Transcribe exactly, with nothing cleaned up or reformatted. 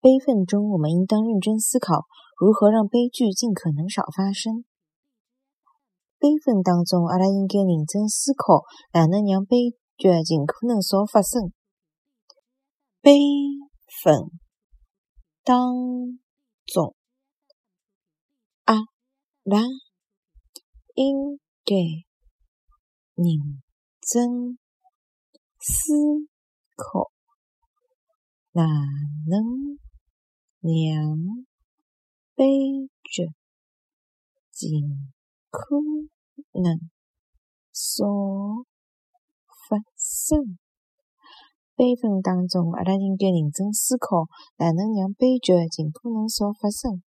悲愤中，我们应当认真思考如何让悲剧尽可能少发生。悲愤当中，阿拉应该认真思考哪能让悲剧尽可能少发生。悲愤当中，阿拉应该认真思考哪能让悲剧尽可能少发生。悲愤当中，阿拉应该认真思考哪能让悲剧尽可能少发生。